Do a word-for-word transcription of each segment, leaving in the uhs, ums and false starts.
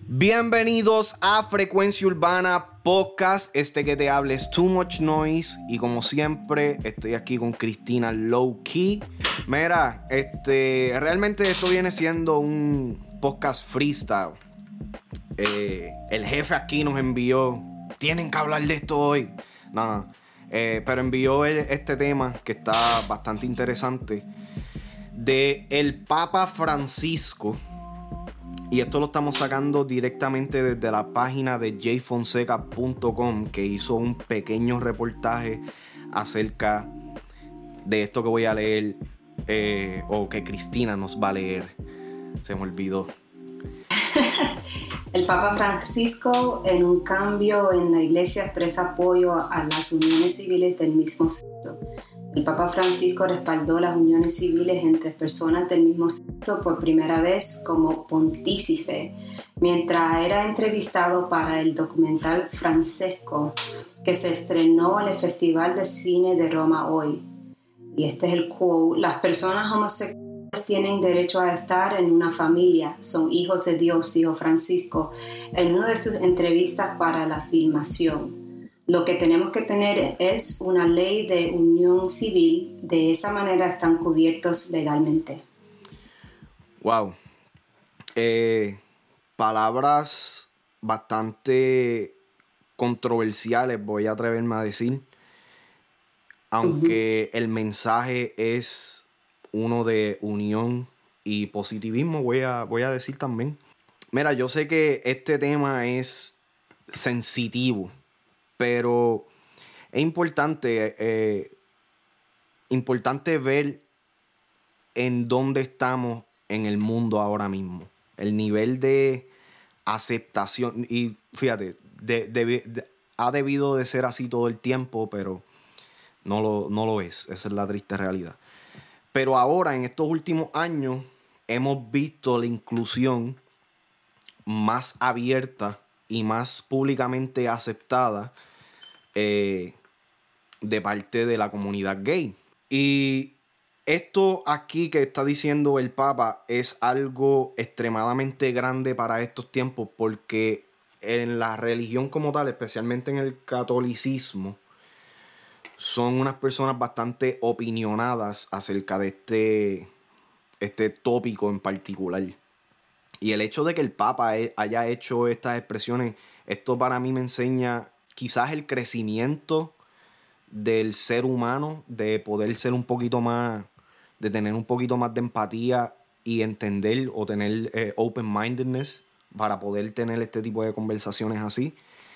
Bienvenidos a Frecuencia Urbana Podcast, este que te habla es Too Much Noise y como siempre estoy aquí con Cristina Low Key. Mira, este, realmente esto viene siendo un podcast freestyle. Eh, el jefe aquí nos envió, tienen que hablar de esto hoy. No, no, eh, pero envió el, este tema que está bastante interesante de el Papa Francisco. Y esto lo estamos sacando directamente desde la página de jay fonseca punto com, que hizo un pequeño reportaje acerca de esto que voy a leer, eh, o que Cristina nos va a leer. Se me olvidó. El Papa Francisco, en un cambio en la Iglesia, expresa apoyo a las uniones civiles del mismo sexo. El Papa Francisco respaldó las uniones civiles entre personas del mismo sexo por primera vez como pontífice, mientras era entrevistado para el documental Francesco, que se estrenó en el Festival de Cine de Roma hoy. Y este es el quote: las personas homosexuales tienen derecho a estar en una familia, son hijos de Dios, dijo Francisco en una de sus entrevistas para la filmación. Lo que tenemos que tener es una ley de unión civil, de esa manera están cubiertos legalmente. Wow. Eh, palabras bastante controversiales, voy a atreverme a decir. Aunque uh-huh. el mensaje es uno de unión y positivismo, voy a, voy a decir también. Mira, yo sé que este tema es sensitivo, pero es importante, eh, importante ver en dónde estamos en el mundo ahora mismo. El nivel de aceptación. Y fíjate, de, de, de, ha debido de ser así todo el tiempo, pero no lo, no lo es. Esa es la triste realidad. Pero ahora, en estos últimos años, hemos visto la inclusión más abierta y más públicamente aceptada Eh, de parte de la comunidad gay. Y esto aquí que está diciendo el Papa es algo extremadamente grande para estos tiempos, porque en la religión como tal, especialmente en el catolicismo, son unas personas bastante opinionadas acerca de este, este tópico en particular. Y el hecho de que el Papa haya hecho estas expresiones, esto para mí me enseña quizás el crecimiento del ser humano, de poder ser un poquito más, de tener un poquito más de empatía y entender o tener eh, open-mindedness para poder tener este tipo de conversaciones así.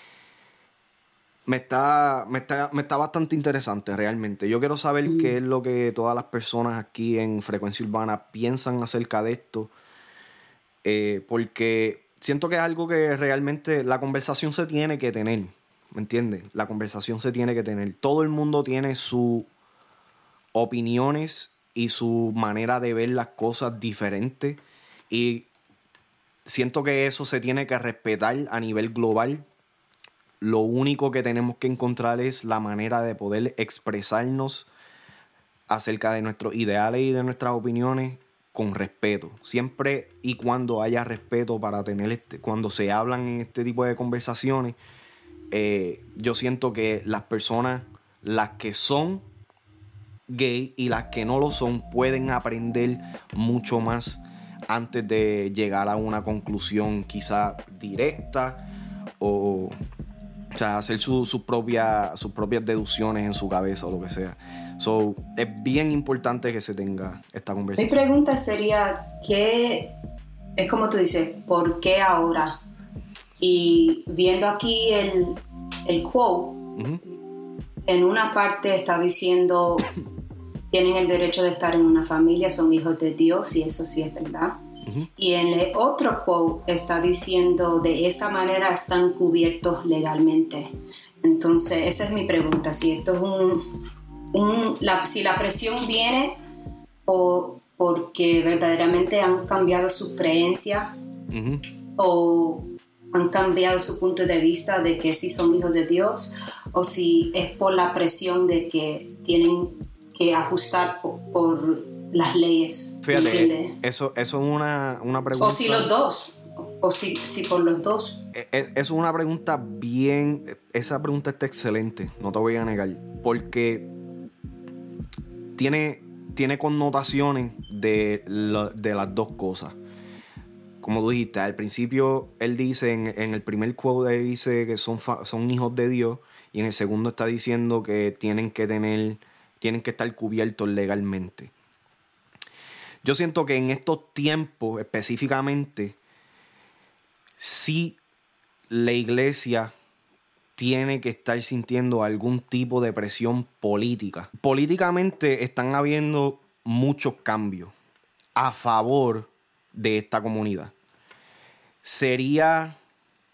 Me está, me está, me está bastante interesante realmente. Yo quiero saber mm. qué es lo que todas las personas aquí en Frecuencia Urbana piensan acerca de esto, eh, porque siento que es algo que realmente la conversación se tiene que tener. ¿Me entiendes? La conversación se tiene que tener. Todo el mundo tiene sus opiniones y su manera de ver las cosas diferentes. Y siento que eso se tiene que respetar a nivel global. Lo único que tenemos que encontrar es la manera de poder expresarnos acerca de nuestros ideales y de nuestras opiniones con respeto. Siempre y cuando haya respeto para tener este, cuando se hablan en este tipo de conversaciones. Eh, yo siento que las personas, las que son gay y las que no lo son, pueden aprender mucho más antes de llegar a una conclusión quizá directa o, o sea, hacer su, su propia, sus propias deducciones en su cabeza o lo que sea. So, es bien importante que se tenga esta conversación. Mi pregunta sería, ¿qué es como tú dices, ¿por qué ahora? Y viendo aquí el, el quote, uh-huh. en una parte está diciendo tienen el derecho de estar en una familia, son hijos de Dios, y eso sí es verdad. Uh-huh. Y en el otro quote está diciendo de esa manera están cubiertos legalmente. Entonces esa es mi pregunta, si esto es un, un la, si la presión viene o porque verdaderamente han cambiado su creencia, uh-huh. o han cambiado su punto de vista de que sí son hijos de Dios, o si es por la presión de que tienen que ajustar por, por las leyes. Fíjate, eso, eso es una, una pregunta. O si los dos, o si, si por los dos. Es, es una pregunta bien... Esa pregunta está excelente, no te voy a negar. Porque tiene, tiene connotaciones de, la, de las dos cosas. Como tú dijiste, al principio él dice, en, en el primer quote él dice que son, fa, son hijos de Dios, y en el segundo está diciendo que tienen que tener, tienen que estar cubiertos legalmente. Yo siento que en estos tiempos específicamente, sí la iglesia tiene que estar sintiendo algún tipo de presión política. Políticamente están habiendo muchos cambios a favor de esta comunidad. Sería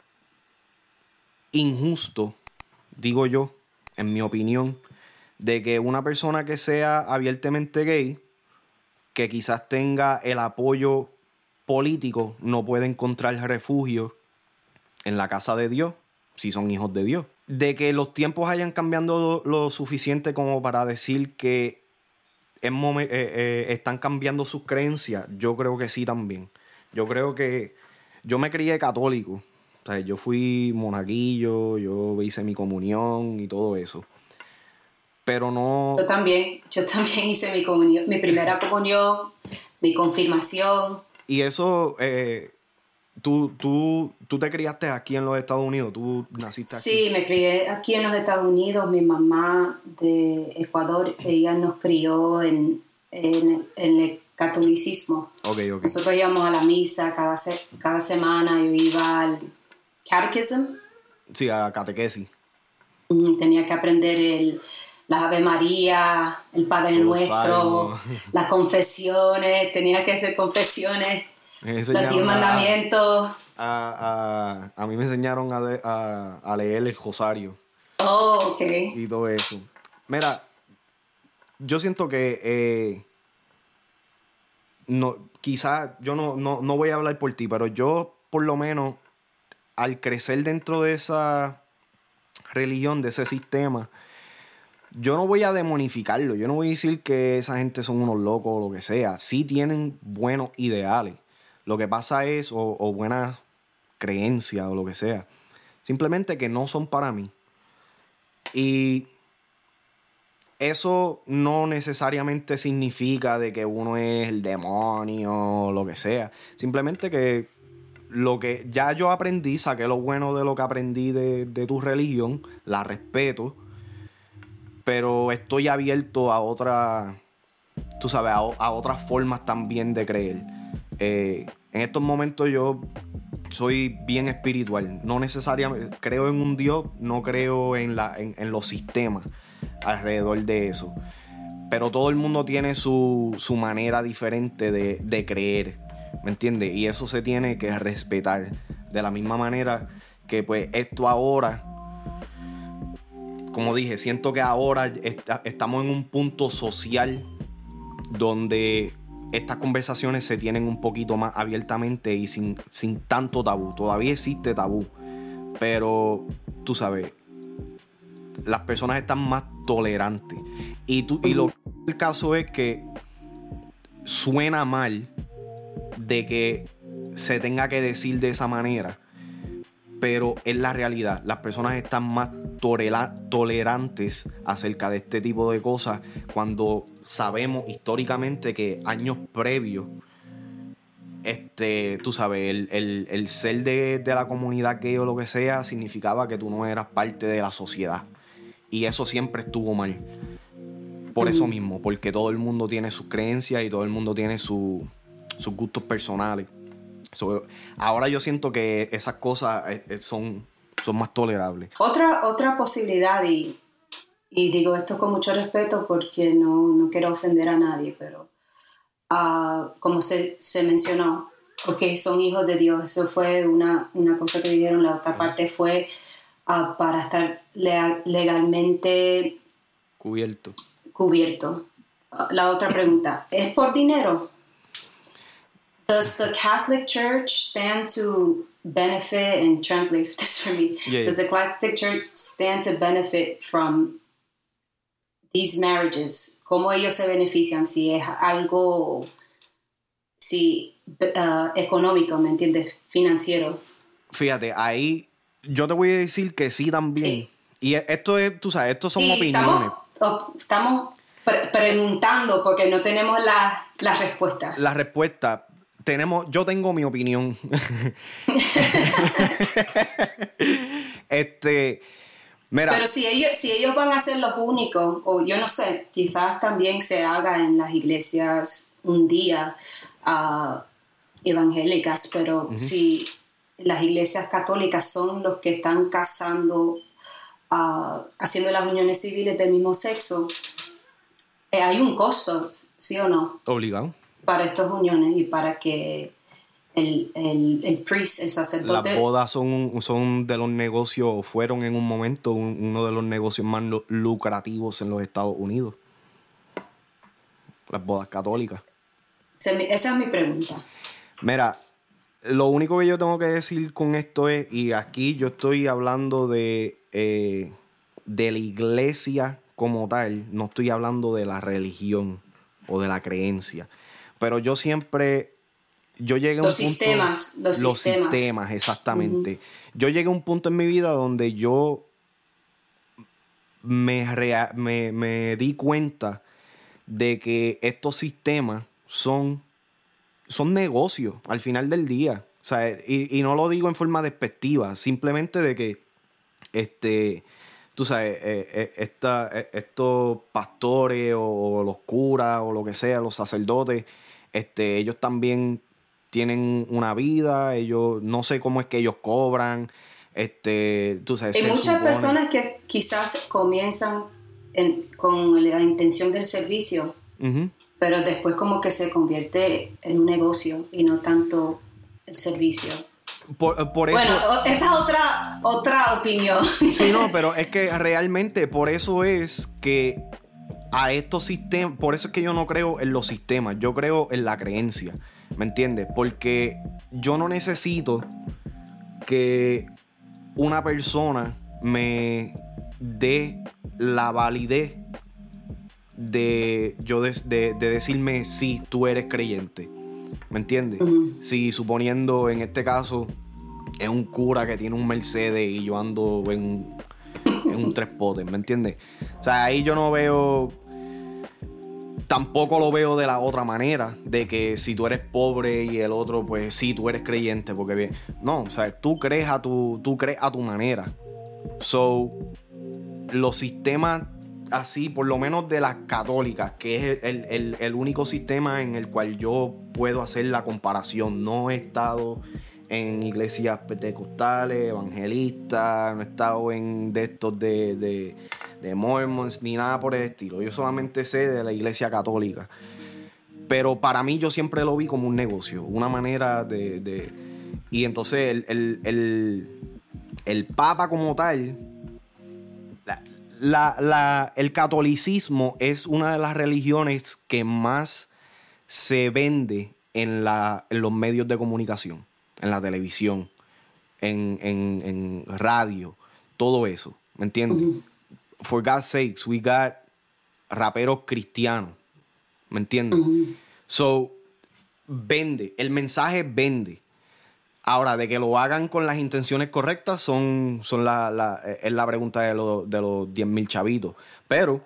injusto, digo yo, en mi opinión, de que una persona que sea abiertamente gay, que quizás tenga el apoyo político, no pueda encontrar refugio en la casa de Dios, si son hijos de Dios. De que los tiempos hayan cambiado lo, lo suficiente como para decir que en momen- eh, eh, están cambiando sus creencias, yo creo que sí también. Yo creo que yo me crié católico. O sea, yo fui monaguillo, yo hice mi comunión y todo eso. Pero no... Yo también, yo también hice mi comunión, mi primera comunión, mi confirmación. Y eso, eh, tú, tú, tú te criaste aquí en los Estados Unidos, tú naciste aquí. Sí, me crié aquí en los Estados Unidos. Mi mamá de Ecuador, ella nos crió en, en, en el catolicismo. Okay, okay. Nosotros íbamos a la misa cada, se, cada semana. Yo iba al catechism. Sí, a catequesis. Tenía que aprender el, la Ave María, el Padre Nuestro, las confesiones. Tenía que hacer confesiones, los diez mandamientos. A, a, a mí me enseñaron a, de, a, a leer el rosario. Oh, ok. Y todo eso. Mira, yo siento que eh, no, quizás yo no, no, no voy a hablar por ti, pero yo por lo menos al crecer dentro de esa religión, de ese sistema, yo no voy a demonificarlo. Yo no voy a decir que esa gente son unos locos o lo que sea. Sí tienen buenos ideales. Lo que pasa es, o, o buenas creencias o lo que sea, simplemente que no son para mí. Y eso no necesariamente significa de que uno es el demonio o lo que sea. Simplemente que lo que ya yo aprendí, saqué lo bueno de lo que aprendí de, de tu religión, la respeto, pero estoy abierto a otra, tú sabes, a, a otras formas también de creer. Eh, en estos momentos yo soy bien espiritual. No necesariamente creo en un Dios, no creo en, la, en, en los sistemas alrededor de eso. Pero todo el mundo tiene su, su manera diferente de, de creer, ¿me entiendes? Y eso se tiene que respetar. De la misma manera que pues esto ahora, como dije, siento que ahora está, estamos en un punto social donde estas conversaciones se tienen un poquito más abiertamente y sin, sin tanto tabú. Todavía existe tabú, pero tú sabes, las personas están más tolerantes. Y, tú, y lo que el caso es que suena mal de que se tenga que decir de esa manera, pero es la realidad. Las personas están más tolera- tolerantes acerca de este tipo de cosas cuando sabemos históricamente que años previos, este, tú sabes, el, el, el ser de, de la comunidad gay o lo que sea significaba que tú no eras parte de la sociedad. Y eso siempre estuvo mal. Por eso mismo, porque todo el mundo tiene sus creencias y todo el mundo tiene su, sus gustos personales. So, ahora yo siento que esas cosas eh, son, son más tolerables. Otra, otra posibilidad, y, y digo esto con mucho respeto porque no, no quiero ofender a nadie, pero uh, como se, se mencionó, ok, son hijos de Dios. Eso fue una, una cosa que dijeron. La otra parte fue uh, para estar le- legalmente Cubierto. cubierto. Uh, la otra pregunta, ¿es por dinero? Does the Catholic Church stand to benefit, and translate this for me, yeah, yeah. does the Catholic Church stand to benefit from these marriages? ¿Cómo ellos se benefician? Si es algo, si uh, económico, ¿me entiendes? Financiero. Fíjate, ahí yo te voy a decir que sí también. Sí. Y esto es, tú sabes, esto son y opiniones. Estamos, estamos pre- preguntando porque no tenemos la, la respuesta. La respuesta, tenemos, yo tengo mi opinión. este, mira. Pero si ellos, si ellos van a ser los únicos, o yo no sé, quizás también se haga en las iglesias un día uh, evangélicas, pero uh-huh. si las iglesias católicas son los que están casando, uh, haciendo las uniones civiles del mismo sexo, eh, hay un costo, ¿sí o no? Obligado. Para estas uniones y para que el, el, el priest, el sacerdote... Las bodas son, son de los negocios, fueron en un momento un, uno de los negocios más lucrativos en los Estados Unidos. Las bodas católicas. Esa es mi pregunta. Mira, lo único que yo tengo que decir con esto es, y aquí yo estoy hablando de, eh, de la iglesia como tal, no estoy hablando de la religión o de la creencia, pero yo siempre, yo llegué a un los punto... Sistemas, los, los sistemas. sistemas, exactamente. Uh-huh. Yo llegué a un punto en mi vida donde yo me, rea- me, me di cuenta de que estos sistemas son... son negocios al final del día. O sea, y, y no lo digo en forma despectiva, simplemente de que, este, tú sabes, eh, eh, esta, eh, estos pastores o, o los curas o lo que sea, los sacerdotes, este, ellos también tienen una vida, ellos, no sé cómo es que ellos cobran, este, tú sabes. Hay muchas supone... personas que quizás comienzan en, con la intención del servicio, uh-huh. pero después como que se convierte en un negocio y no tanto el servicio. Por, por eso... Bueno, esa es otra, otra opinión. Sí, no, pero es que realmente por eso es que a estos sistemas, por eso es que yo no creo en los sistemas, yo creo en la creencia, ¿me entiendes? Porque yo no necesito que una persona me dé la validez de yo de, de, de decirme si tú eres creyente, ¿me entiendes? Uh-huh. Si suponiendo en este caso es un cura que tiene un Mercedes y yo ando en, en un tres potes, ¿me entiendes? O sea, ahí yo no veo, tampoco lo veo de la otra manera, de que si tú eres pobre y el otro, pues sí, tú eres creyente, porque bien, no, o sea, tú crees a tu, tú crees a tu manera. So, los sistemas así, por lo menos de las católicas, que es el, el, el único sistema en el cual yo puedo hacer la comparación. No he estado en iglesias pentecostales, evangelistas, no he estado en de estos de, de, de Mormons, ni nada por el estilo. Yo solamente sé de la iglesia católica. Pero para mí yo siempre lo vi como un negocio, una manera de... de y entonces el, el, el, el Papa como tal... La, La, la, el catolicismo es una de las religiones que más se vende en, la, en los medios de comunicación, en la televisión, en, en, en radio, todo eso, ¿me entiendes? Uh-huh. For God's sakes, we got raperos cristianos, ¿me entiendes? Uh-huh. So, vende, el mensaje vende. Ahora, de que lo hagan con las intenciones correctas son, son la, la, es la pregunta de, lo, de los diez mil chavitos. Pero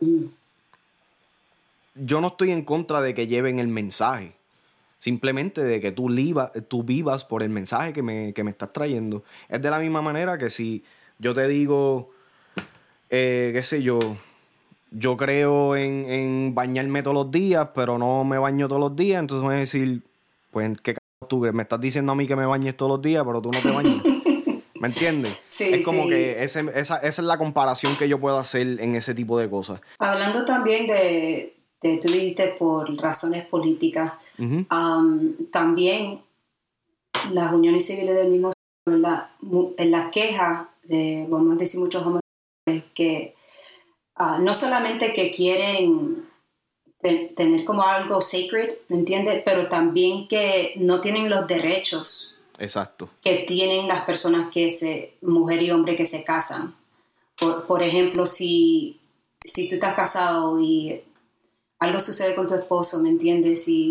yo no estoy en contra de que lleven el mensaje. Simplemente de que tú, liba, tú vivas por el mensaje que me, que me estás trayendo. Es de la misma manera que si yo te digo, eh, qué sé yo, yo creo en, en bañarme todos los días, pero no me baño todos los días, entonces voy a decir, pues, ¿qué tú me estás diciendo a mí que me bañes todos los días, pero tú no te bañas? ¿Me entiendes? Sí, es como sí. que ese, esa, esa es la comparación que yo puedo hacer en ese tipo de cosas. Hablando también de, de tú dijiste por razones políticas, uh-huh. um, también las uniones civiles del mismo en la, en la queja de, vamos a decir, muchos homosexuales que uh, no solamente que quieren tener como algo sacred, ¿me entiendes? Pero también que no tienen los derechos. Exacto. Que tienen las personas que se, mujer y hombre que se casan. Por, por ejemplo, si, si tú estás casado y algo sucede con tu esposo, ¿me entiendes? Y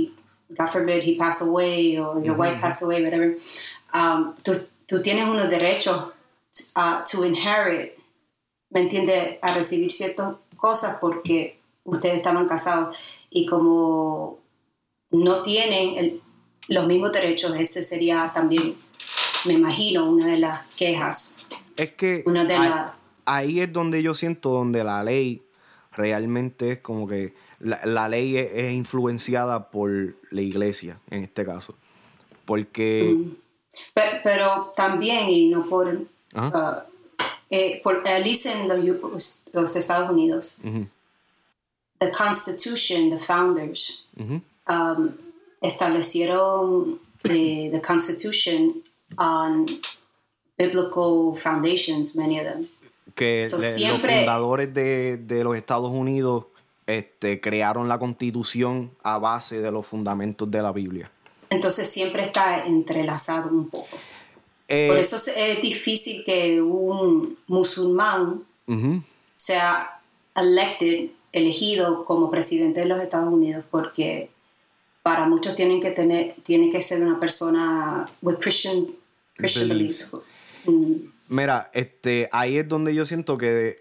God forbid he pass away or your uh-huh. wife pass away, whatever, um, tú, tú tienes unos derechos uh, to inherit, ¿me entiendes? A recibir ciertas cosas porque ustedes estaban casados y como no tienen el, los mismos derechos, ese sería también, me imagino, una de las quejas. Es que una de ahí, la... ahí es donde yo siento donde la ley realmente es como que la, la ley es, es influenciada por la iglesia en este caso, porque mm. pero, pero también y no por uh, eh, por at least en los, los Estados Unidos, uh-huh. the Constitution, the founders uh-huh. um, establecieron the, the Constitution on biblical foundations, many of them. Que so le, siempre, los fundadores de, de los Estados Unidos este, crearon la Constitución a base de los fundamentos de la Biblia. Entonces siempre está entrelazado un poco. Eh, Por eso es difícil que un musulmán uh-huh. sea elected, elegido como presidente de los Estados Unidos, porque para muchos tienen que tener, tiene que ser una persona with Christian, Christian beliefs. Mm. Mira, este, ahí es donde yo siento que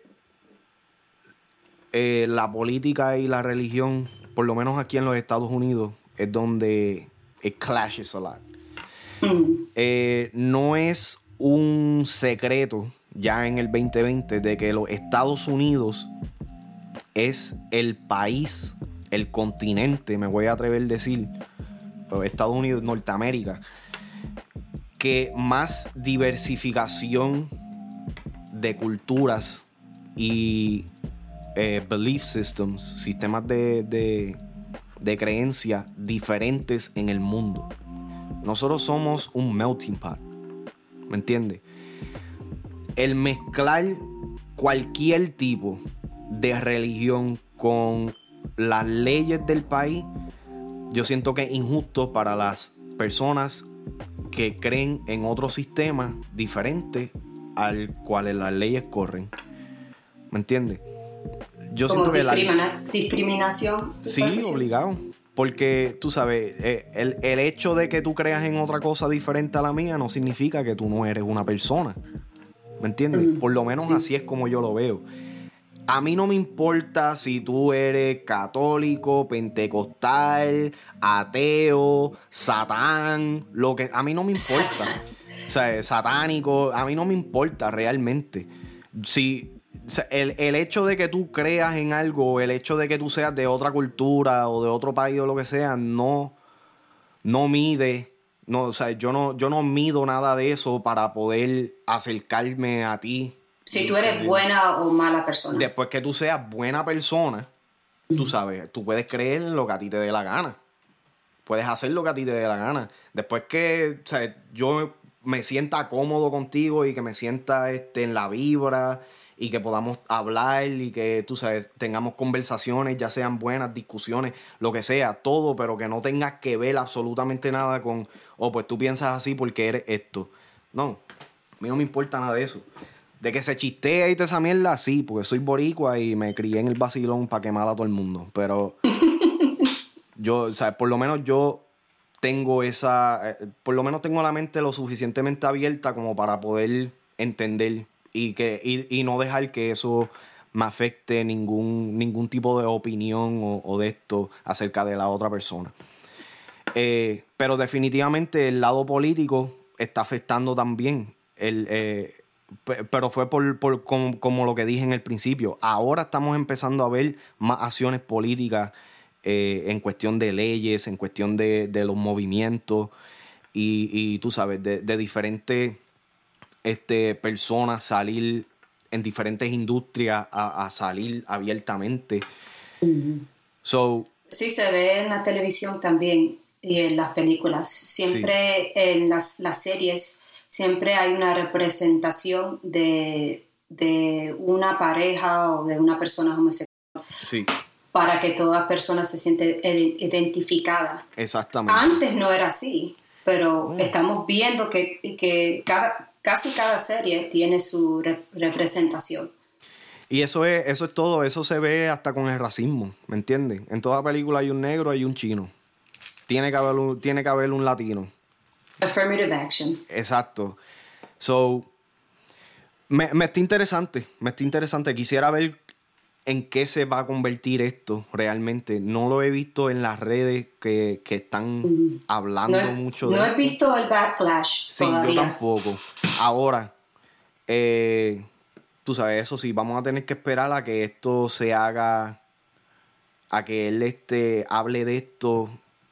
eh, la política y la religión, por lo menos aquí en los Estados Unidos, es donde it clashes a lot. Mm. Eh, no es un secreto ya en el veinte veinte de que los Estados Unidos es el país, el continente, me voy a atrever a decir, los Estados Unidos, Norteamérica, que más diversificación de culturas y eh, belief systems, sistemas de, de, de creencias diferentes en el mundo. Nosotros somos un melting pot, ¿me entiendes? El mezclar cualquier tipo de religión con las leyes del país, yo siento que es injusto para las personas que creen en otro sistema diferente al cual las leyes corren. ¿Me entiendes? Yo Como siento que discrimina- la... discriminación. Sí, obligado. Porque, tú sabes, el, el hecho de que tú creas en otra cosa diferente a la mía no significa que tú no eres una persona. ¿Me entiendes? Mm, Por lo menos sí. Así es como yo lo veo. A mí no me importa si tú eres católico, pentecostal, ateo, satán, lo que... A mí no me importa. O sea, satánico, a mí no me importa realmente. Si... El, el hecho de que tú creas en algo, el hecho de que tú seas de otra cultura o de otro país o lo que sea, no, no mide, no, o sea, yo no, yo no mido nada de eso para poder acercarme a ti. Si tú eres buena o mala persona. Después que tú seas buena persona, tú sabes, tú puedes creer en lo que a ti te dé la gana. Puedes hacer lo que a ti te dé la gana. Después que, o sea, yo me sienta cómodo contigo y que me sienta este, en la vibra y que podamos hablar y que, tú sabes, tengamos conversaciones, ya sean buenas, discusiones, lo que sea, todo, pero que no tenga que ver absolutamente nada con, oh, pues tú piensas así porque eres esto. No, a mí no me importa nada de eso. De que se chistea y te esa mierda, sí, porque soy boricua y me crié en el vacilón para quemar a todo el mundo. Pero yo, o sea, por lo menos yo tengo esa, eh, por lo menos tengo la mente lo suficientemente abierta como para poder entender y que y, y no dejar que eso me afecte ningún, ningún tipo de opinión o, o de esto acerca de la otra persona. Eh, pero definitivamente el lado político está afectando también. El, eh, p- pero fue por, por como, como lo que dije en el principio. Ahora estamos empezando a ver más acciones políticas eh, en cuestión de leyes, en cuestión de, de los movimientos y, y tú sabes, de, de diferentes este, personas salir en diferentes industrias a, a salir abiertamente. Mm-hmm. So, sí, se ve en la televisión también y en las películas. Siempre sí. En las, las series siempre hay una representación de, de una pareja o de una persona homosexual. Sí. Para que toda persona se siente identificada. Exactamente. Antes no era así, pero mm. estamos viendo que, que cada, casi cada serie tiene su re- representación. Y eso es, eso es todo, eso se ve hasta con el racismo, ¿me entiendes? En toda película hay un negro y un chino. Tiene que haber un, tiene que haber un latino. Affirmative action. Exacto. So, me, me está interesante, me está interesante. Quisiera ver en qué se va a convertir esto realmente. No lo he visto en las redes que, que están mm. hablando no, mucho no de No esto. he visto el backlash Sí, todavía. yo tampoco. Ahora, eh, tú sabes, eso sí, vamos a tener que esperar a que esto se haga, a que él este, hable de esto.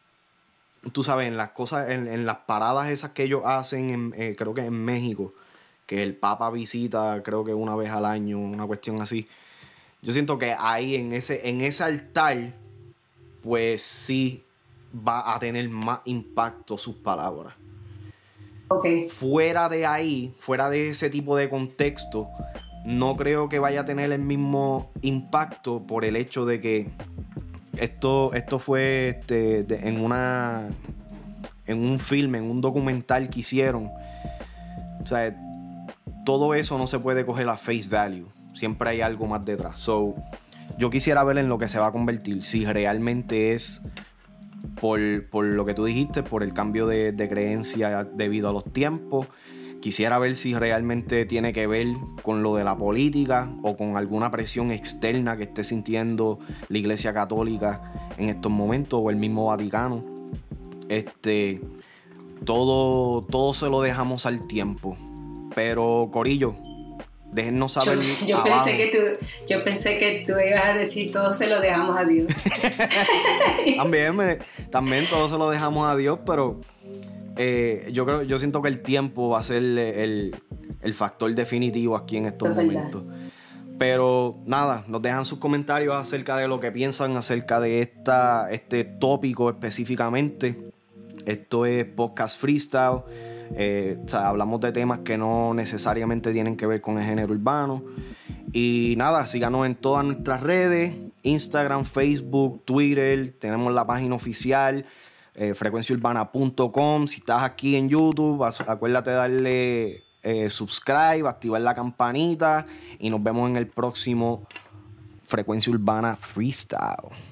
Tú sabes, en las cosas, en, en las paradas esas que ellos hacen, en, eh, creo que en México, que el Papa visita, creo que una vez al año, una cuestión así. Yo siento que ahí, en ese, en ese altar, pues sí va a tener más impacto sus palabras. Okay. Fuera de ahí, fuera de ese tipo de contexto, no creo que vaya a tener el mismo impacto por el hecho de que esto, esto fue este, de, en una en un filme, en un documental que hicieron. O sea, todo eso no se puede coger a face value. Siempre hay algo más detrás. So, yo quisiera ver en lo que se va a convertir. Si realmente es por, por lo que tú dijiste, por el cambio de, de creencia debido a los tiempos. Quisiera ver si realmente tiene que ver con lo de la política o con alguna presión externa que esté sintiendo la Iglesia Católica en estos momentos o el mismo Vaticano. Este, todo, todo se lo dejamos al tiempo. Pero, corillo, déjennos saber. Yo, yo pensé que tú, yo pensé que tú ibas a decir todo se lo dejamos a Dios. también, me, también todo se lo dejamos a Dios, pero eh, yo creo, yo siento que el tiempo va a ser el, el, el factor definitivo aquí en estos es momentos. Verdad. Pero nada, nos dejan sus comentarios acerca de lo que piensan acerca de esta, este tópico específicamente. Esto es Podcast Freestyle. Eh, o sea, hablamos de temas que no necesariamente tienen que ver con el género urbano. Y nada, síganos en todas nuestras redes: Instagram, Facebook, Twitter. Tenemos la página oficial, eh, frecuencia urbana punto com. Si estás aquí en YouTube, acuérdate de darle eh, subscribe, activar la campanita. Y nos vemos en el próximo Frecuencia Urbana Freestyle.